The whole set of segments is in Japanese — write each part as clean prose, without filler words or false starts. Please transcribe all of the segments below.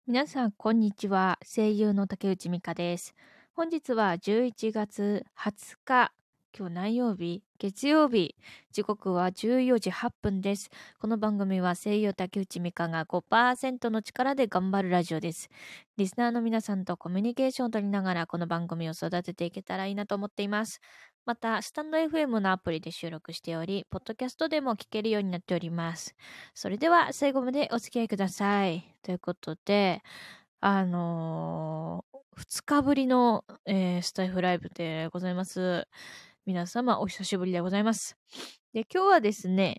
皆さん、こんにちは。声優の竹内美香です。本日は11月20日。今日何曜日？月曜日。時刻は14時8分です。この番組は声優竹内美香が 5% の力で頑張るラジオです。リスナーの皆さんとコミュニケーションを取りながらこの番組を育てていけたらいいなと思っています。また、スタンド FM のアプリで収録しており、ポッドキャストでも聞けるようになっております。それでは最後までお付き合いください。ということで、2日ぶりの、スタイフライブでございます。皆様お久しぶりでございます。で、今日はですね、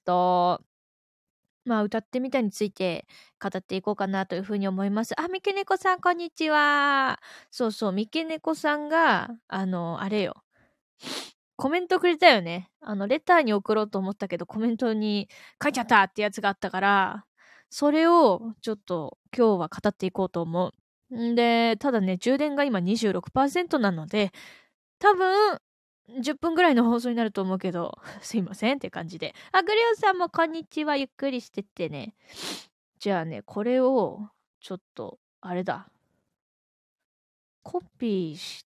歌ってみたについて語っていこうかなというふうに思います。あ、三毛猫さん、こんにちは。そうそう、三毛猫さんが、あれよ。コメントくれたよね。レターに送ろうと思ったけど、コメントに書いちゃったってやつがあったから、それをちょっと今日は語っていこうと思う。んで、ただね、充電が今 26% なので、多分、10分ぐらいの放送になると思うけど、すいませんって感じで。あ、グレオさんもこんにちは。ゆっくりしてってね。じゃあね、これを、ちょっと、あれだ。コピーして、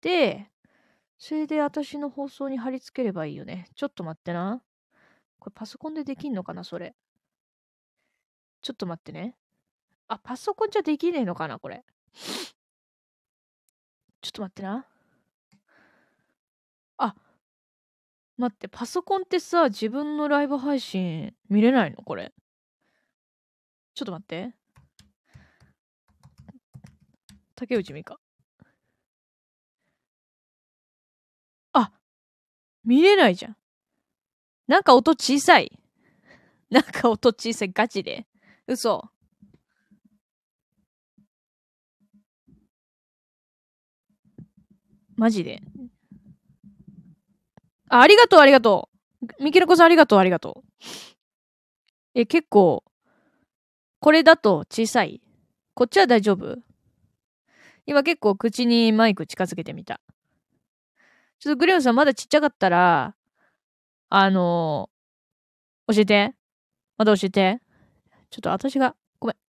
それで私の放送に貼り付ければいいよね。ちょっと待ってな。これパソコンでできんのかな、それ。ちょっと待ってね。あ、パソコンじゃできねえのかな、これ。ちょっと待ってな。あ、待って、パソコンってさ、自分のライブ配信見れないのこれ。ちょっと待って。竹内美香。あ、見れないじゃん。なんか音小さい。なんか音小さい。ガチで。嘘。マジで。あ、ありがとう、ありがとう。みきのこさんありがとう、ありがとう。結構、これだと小さい。こっちは大丈夫？今結構口にマイク近づけてみた。ちょっとグレオンさんまだちっちゃかったら、教えて。また教えて。ちょっと私が、ごめん。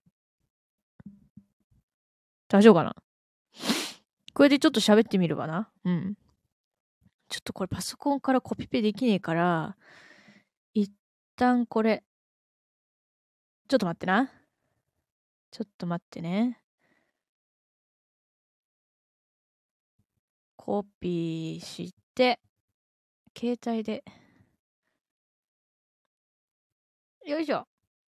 大丈夫かな？これでちょっと喋ってみるわな。うん。ちょっとこれパソコンからコピペできねえから、一旦これ、ちょっと待ってな。ちょっと待ってね。コピーして、携帯で。よいしょ。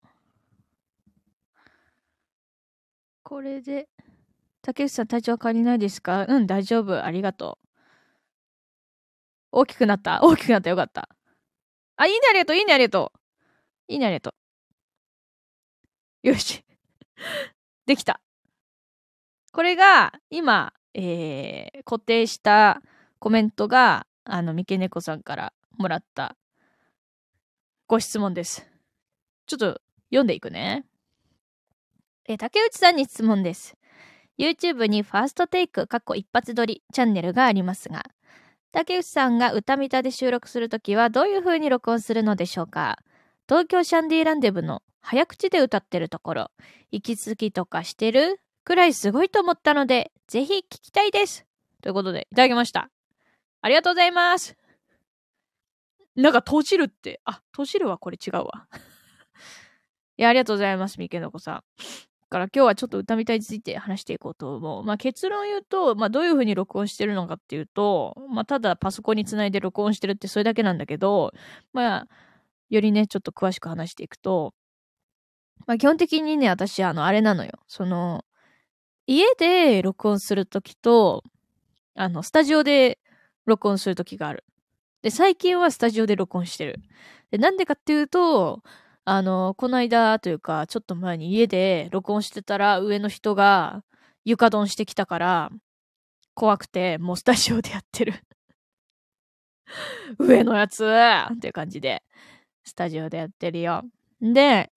これで、竹内さん体調変わりないですか？うん、大丈夫。ありがとう。大きくなった？大きくなった。よかった。あ、いいね、ありがとう。いいね、ありがとう。いいね、ありがとう。よし。できた。これが、今、固定したコメントが、三毛猫さんからもらったご質問です。ちょっと読んでいくね。竹内さんに質問です。YouTube にファーストテイク、一発撮りチャンネルがありますが、竹内さんが歌みたで収録するときはどういう風に録音するのでしょうか？東京シャンディランデブの早口で歌ってるところ、息継ぎとかしてるくらいすごいと思ったので、ぜひ聞きたいです。ということで、いただきました。ありがとうございます。なんか、閉じるって。あ、閉じるはこれ違うわ。いや、ありがとうございます、三毛の子さん。だから今日はちょっと歌みたいについて話していこうと思う。結論言うと、どういう風に録音してるのかっていうと、ただパソコンにつないで録音してるってそれだけなんだけど、よりね、ちょっと詳しく話していくと、基本的にね、私、あれなのよ。家で録音するときと、スタジオで録音するときがある。で、最近はスタジオで録音してる。で、なんでかっていうと、この間というか、ちょっと前に家で録音してたら、上の人が床ドンしてきたから、怖くて、もうスタジオでやってる。上のやつっていう感じで、スタジオでやってるよ。で、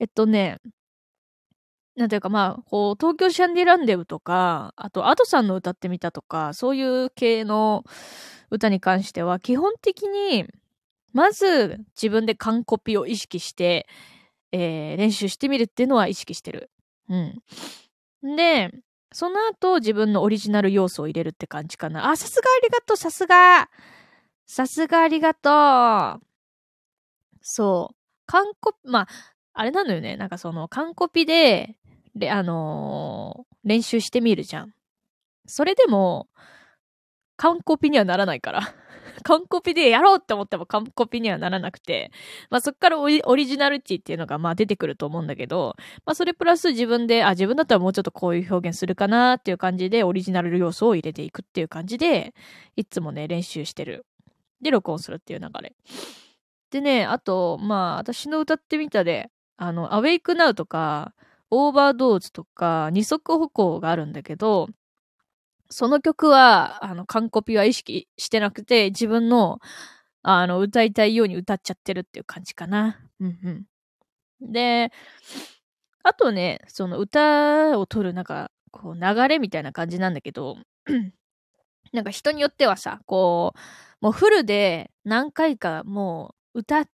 なんていうか東京シャンディランデブとか、あと、アドさんの歌ってみたとか、そういう系の歌に関しては、基本的に、まず自分で完コピを意識して、練習してみるっていうのは意識してる。うん。 で、その後自分のオリジナル要素を入れるって感じかな。あ、さすがありがとう、さすが。さすがありがとう。そう。まあ、あれなのよね。なんかその、完コピで、練習してみるじゃん。それでも、完コピにはならないから。完コピでやろうって思っても完コピにはならなくて、まあそっからオリジナリティっていうのがまあ出てくると思うんだけど、まあそれプラス自分で、自分だったらもうちょっとこういう表現するかなっていう感じでオリジナル要素を入れていくっていう感じで、いつもね、練習してる。で、録音するっていう流れ。でね、あと、まあ私の歌ってみたで、アウェイクナウとか、オーバードーズとか、二足歩行があるんだけど、その曲は、完コピは意識してなくて、自分の、歌いたいように歌っちゃってるっていう感じかな。うんうん。で、あとね、その歌を取るなんか、こう流れみたいな感じなんだけど、なんか人によってはさ、こう、もうフルで何回かもう歌って、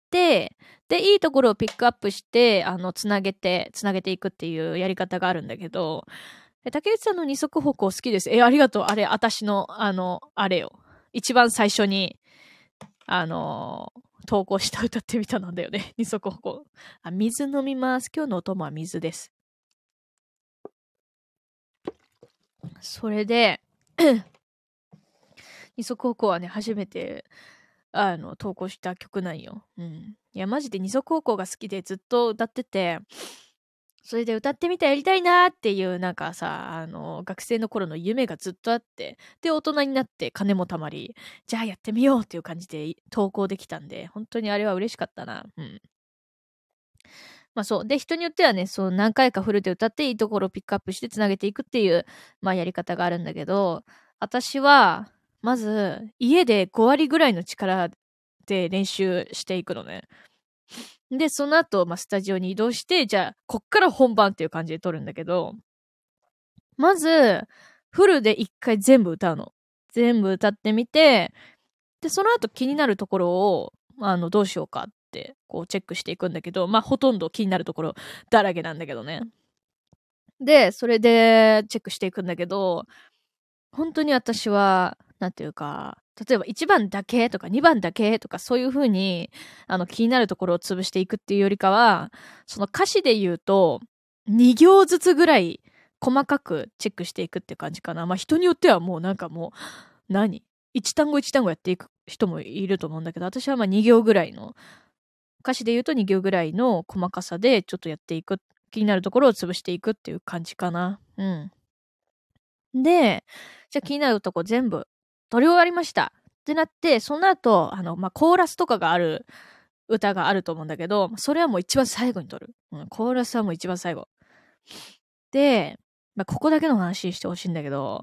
で、いいところをピックアップして、つなげていくっていうやり方があるんだけど、竹内さんの二足歩行好きです。ありがとう。あれ、私の、あれよ。一番最初に、投稿した歌ってみたなんだよね。二足歩行。水飲みます。今日のお供は水です。それで、二足歩行はね、初めて、投稿した曲なんよ。うん。いや、マジで二足歩行が好きでずっと歌ってて、それで歌ってみたやりたいなーっていう、なんかさ、学生の頃の夢がずっとあって、で、大人になって金も貯まり、じゃあやってみようっていう感じで投稿できたんで、本当にあれは嬉しかったな。うん。まあそう。で、人によってはね、そう何回かフルで歌っていいところをピックアップしてつなげていくっていう、まあやり方があるんだけど、私は、まず、家で5割ぐらいの力で練習していくのね。で、その後、まあ、スタジオに移動して、じゃあ、こっから本番っていう感じで撮るんだけど、まず、フルで一回全部歌うの。全部歌ってみて、で、その後気になるところを、どうしようかって、こうチェックしていくんだけど、まあ、ほとんど気になるところだらけなんだけどね。で、それでチェックしていくんだけど、本当に私は、なんていうか、例えば1番だけとか2番だけとかそういう風に、気になるところを潰していくっていうよりかは、その歌詞で言うと、2行ずつぐらい細かくチェックしていくって感じかな。まあ人によってはもうなんかもう、1単語1単語やっていく人もいると思うんだけど、私はまあ2行ぐらいの、歌詞で言うと2行ぐらいの細かさでちょっとやっていく。気になるところを潰していくっていう感じかな。うん。で、じゃあ気になるとこ全部撮り終わりました。ってなって、その後、まあ、コーラスとかがある歌があると思うんだけど、それはもう一番最後に撮る。うん、コーラスはもう一番最後。で、まあ、ここだけの話してほしいんだけど、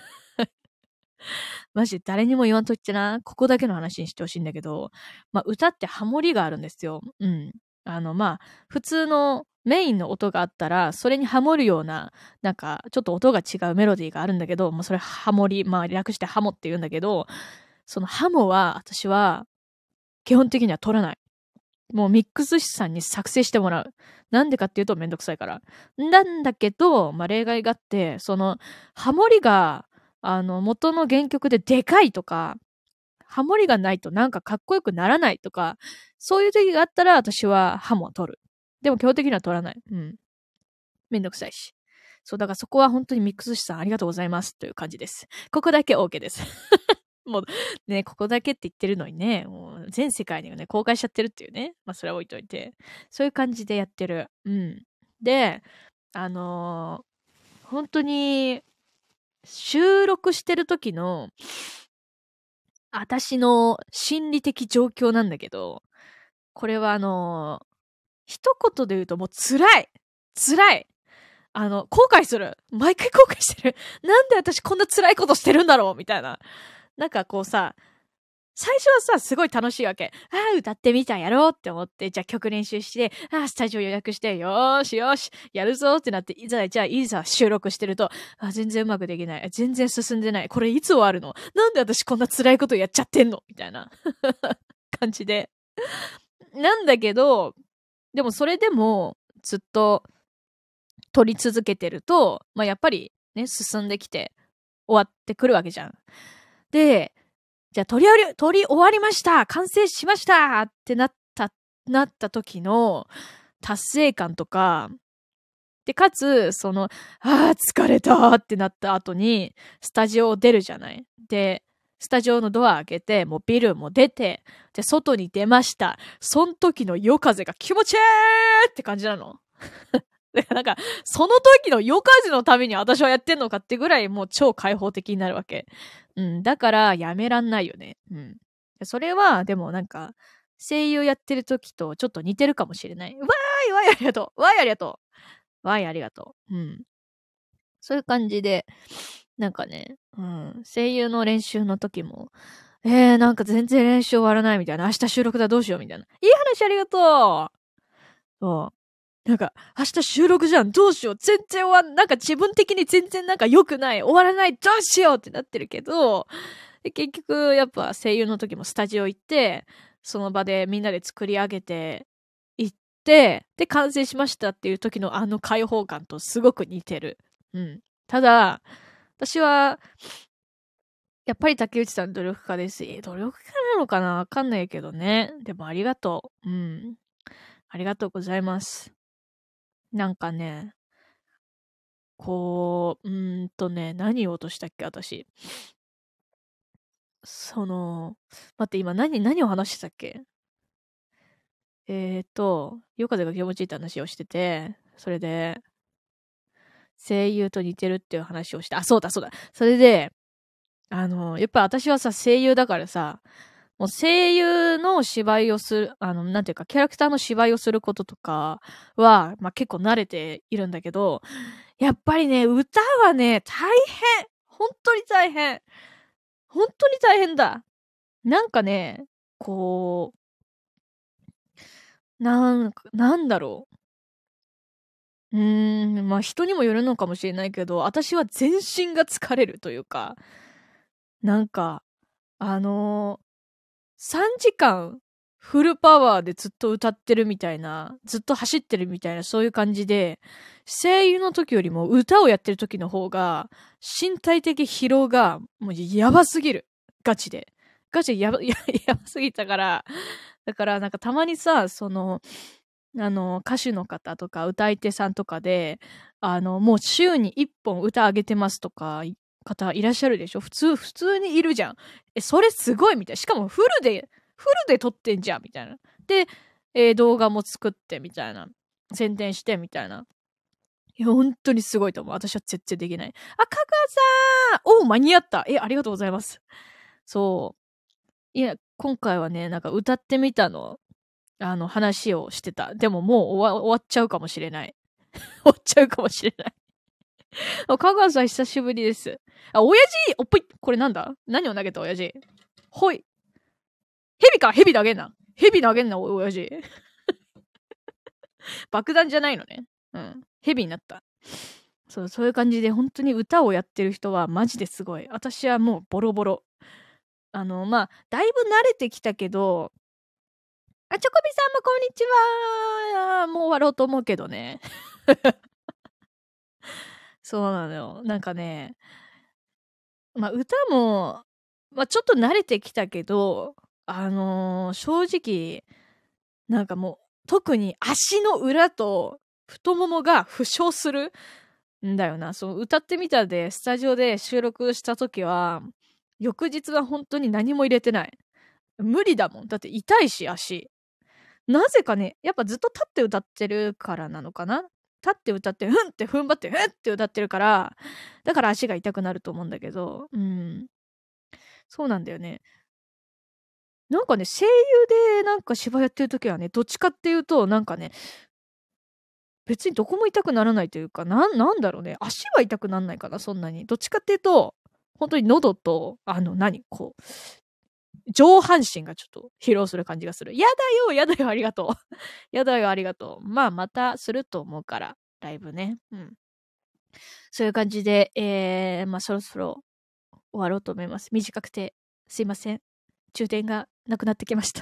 マジで誰にも言わんといってな、ここだけの話にしてほしいんだけど、まあ、歌ってハモリがあるんですよ。うん。まあ、普通のメインの音があったら、それにハモるような、なんか、ちょっと音が違うメロディーがあるんだけど、もうそれハモリ、まあ、略してハモって言うんだけど、そのハモは、私は、基本的には取らない。もうミックス師さんに作成してもらう。なんでかっていうとめんどくさいから。なんだけど、まあ、例外があって、その、ハモリが、元の原曲ででかいとか、ハモリがないとなんかかっこよくならないとか、そういう時があったら私はハモを取る。でも基本的には取らない。うん。めんどくさいし。そう、だからそこは本当にミックス師さんありがとうございますという感じです。ここだけ OK です。もうね、ここだけって言ってるのにね、もう全世界にはね、公開しちゃってるっていうね。まあそれは置いといて。そういう感じでやってる。うん。で、本当に収録してる時の私の心理的状況なんだけど、これは一言で言うともう辛い辛い後悔する毎回後悔してるなんで私こんな辛いことしてるんだろうみたいな。なんかこうさ、最初はさ、すごい楽しいわけ。歌ってみたやろうって思って、じゃあ曲練習して、スタジオ予約して、よーしよし、やるぞってなって、じゃあいざ収録してると、全然うまくできない。全然進んでない。これいつ終わるの？なんで私こんな辛いことやっちゃってんのみたいな感じで。なんだけど、でもそれでも、ずっと、 取り続けてると、まあ、やっぱりね、進んできて終わってくるわけじゃん。で、じゃあ撮り終わりました完成しましたってなった時の達成感とか、で、かつ、疲れたってなった後に、スタジオを出るじゃない。で、スタジオのドア開けて、もうビルも出て、で、外に出ました。その時の夜風が気持ちいいって感じなの。なんか、その時の夜風のために私はやってんのかってぐらいもう超開放的になるわけ。うん。だから、やめらんないよね。うん。それは、でもなんか、声優やってる時とちょっと似てるかもしれない。わーい、わーい、ありがとう。わーい、ありがとう。わーい、ありがとう。うん。そういう感じで、なんかね、うん。声優の練習の時も、なんか全然練習終わらないみたいな。明日収録だ、どうしようみたいな。いい話ありがとう。そう。なんか、明日収録じゃん、どうしよう、全然なんか自分的に全然なんか良くない、終わらない、どうしようってなってるけど、結局、やっぱ声優の時もスタジオ行って、その場でみんなで作り上げて行って、で、完成しましたっていう時のあの開放感とすごく似てる。うん。ただ、私は、やっぱり竹内さん努力家です。努力家なのかなわかんないけどね。でもありがとう。うん。ありがとうございます。なんかね、何言おうとしたっけ、私。待って、今何を話してたっけ。夜風が気持ちいいって話をしてて、それで、声優と似てるっていう話をして、あ、そうだ。それで、やっぱ私はさ、声優だからさ、もう声優の芝居をする、なんていうか、キャラクターの芝居をすることとかは、まあ、結構慣れているんだけど、やっぱりね、歌はね、大変。本当に大変。本当に大変だ。なんかね、こなんだろう。まあ人にもよるのかもしれないけど、私は全身が疲れるというか、なんか、3時間フルパワーでずっと歌ってるみたいな、ずっと走ってるみたいな、そういう感じで、声優の時よりも歌をやってる時の方が、身体的疲労がもうやばすぎる。ガチで。ガチでやばすぎたから、だからなんかたまにさ、歌手の方とか歌い手さんとかで、もう週に1本歌あげてますとか、方いらっしゃるでしょ。普通にいるじゃん。それすごいみたいな。しかもフルで撮ってんじゃんみたいな。で、動画も作ってみたいな。宣伝してみたいな。いや、本当にすごいと思う。私は絶対できない。あ、かかさん間に合った。ありがとうございます。そう。いや、今回はね、なんか歌ってみたの、話をしてた。でももう終わっちゃうかもしれない。終わっちゃうかもしれない。かがさん久しぶりです。あ、親父おっぽい。これなんだ何を投げた親父。ほい。蛇投げんな。親父。爆弾じゃないのね。うん。蛇になった。そういう感じで、本当に歌をやってる人はマジですごい。私はもうボロボロ。まあ、だいぶ慣れてきたけど、チョコビさんもこんにちは。もう終わろうと思うけどね。そうなのよ。なんかね、まあ歌も、まあちょっと慣れてきたけど、正直、なんかもう、特に足の裏と太ももが負傷するんだよな。歌ってみたで、スタジオで収録した時は、翌日は本当に何も入れてない。無理だもん。だって痛いし、足。なぜかね、やっぱずっと立って歌ってるからなのかな。立って歌って、ふんって踏ん張って、ふんって歌ってるから、だから足が痛くなると思うんだけど、うん。そうなんだよね。なんかね、声優でなんか芝居やってる時はね、どっちかっていうと、なんかね、別にどこも痛くならないというか、なんだろうね、足は痛くなんないかな、そんなに。どっちかっていうと、本当に喉と、上半身がちょっと疲労する感じがする。やだよ、ありがとう。やだよ、ありがとう。まあ、またすると思うから、ライブね。うん。そういう感じで、まあ、そろそろ終わろうと思います。短くて、すいません。充電がなくなってきました。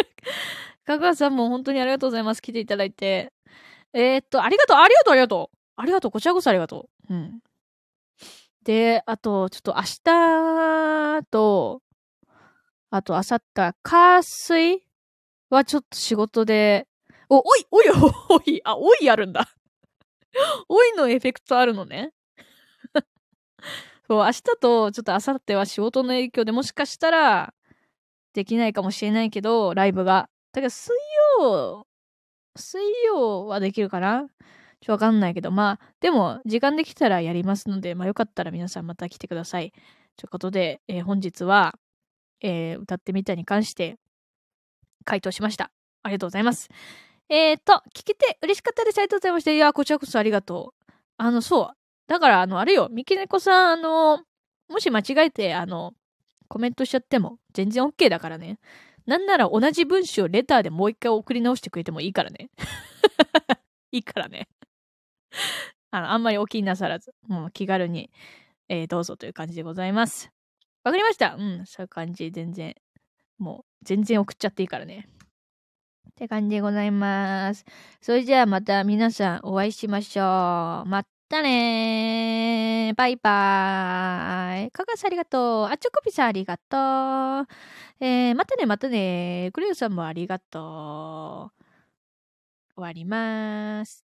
かぐわさんも本当にありがとうございます。来ていただいて。ありがとう。 ありがとう。こちらこそありがとう。うん。で、あと、ちょっと明日と、あと明後日、火水はちょっと仕事で、おい、おい、おい、あ、おいあるんだ。おいのエフェクトあるのね。そう、明日とちょっと明後日は仕事の影響でもしかしたらできないかもしれないけど、ライブが。だけど曜、水曜はできるかなわかんないけど、まあ、でも、時間できたらやりますので、まあよかったら皆さんまた来てください。ということで、本日は、歌ってみたに関して回答しました。ありがとうございます。聞けて嬉しかったです。ありがとうございました。いや、こちらこそありがとう。そう。だから、あれよ、三木猫さん、もし間違えて、コメントしちゃっても全然 OK だからね。なんなら同じ文章をレターでもう一回送り直してくれてもいいからね。いいからね。あんまりお気になさらず、もう気軽に、どうぞという感じでございます。わかりました。うん、そういう感じ、全然、もう、全然送っちゃっていいからね。って感じでございます。それじゃあまた皆さんお会いしましょう。またねー。バイバーイ。かがさんありがとう。あちょこぴさんありがとう。またね、またね。クレヨさんもありがとう。終わります。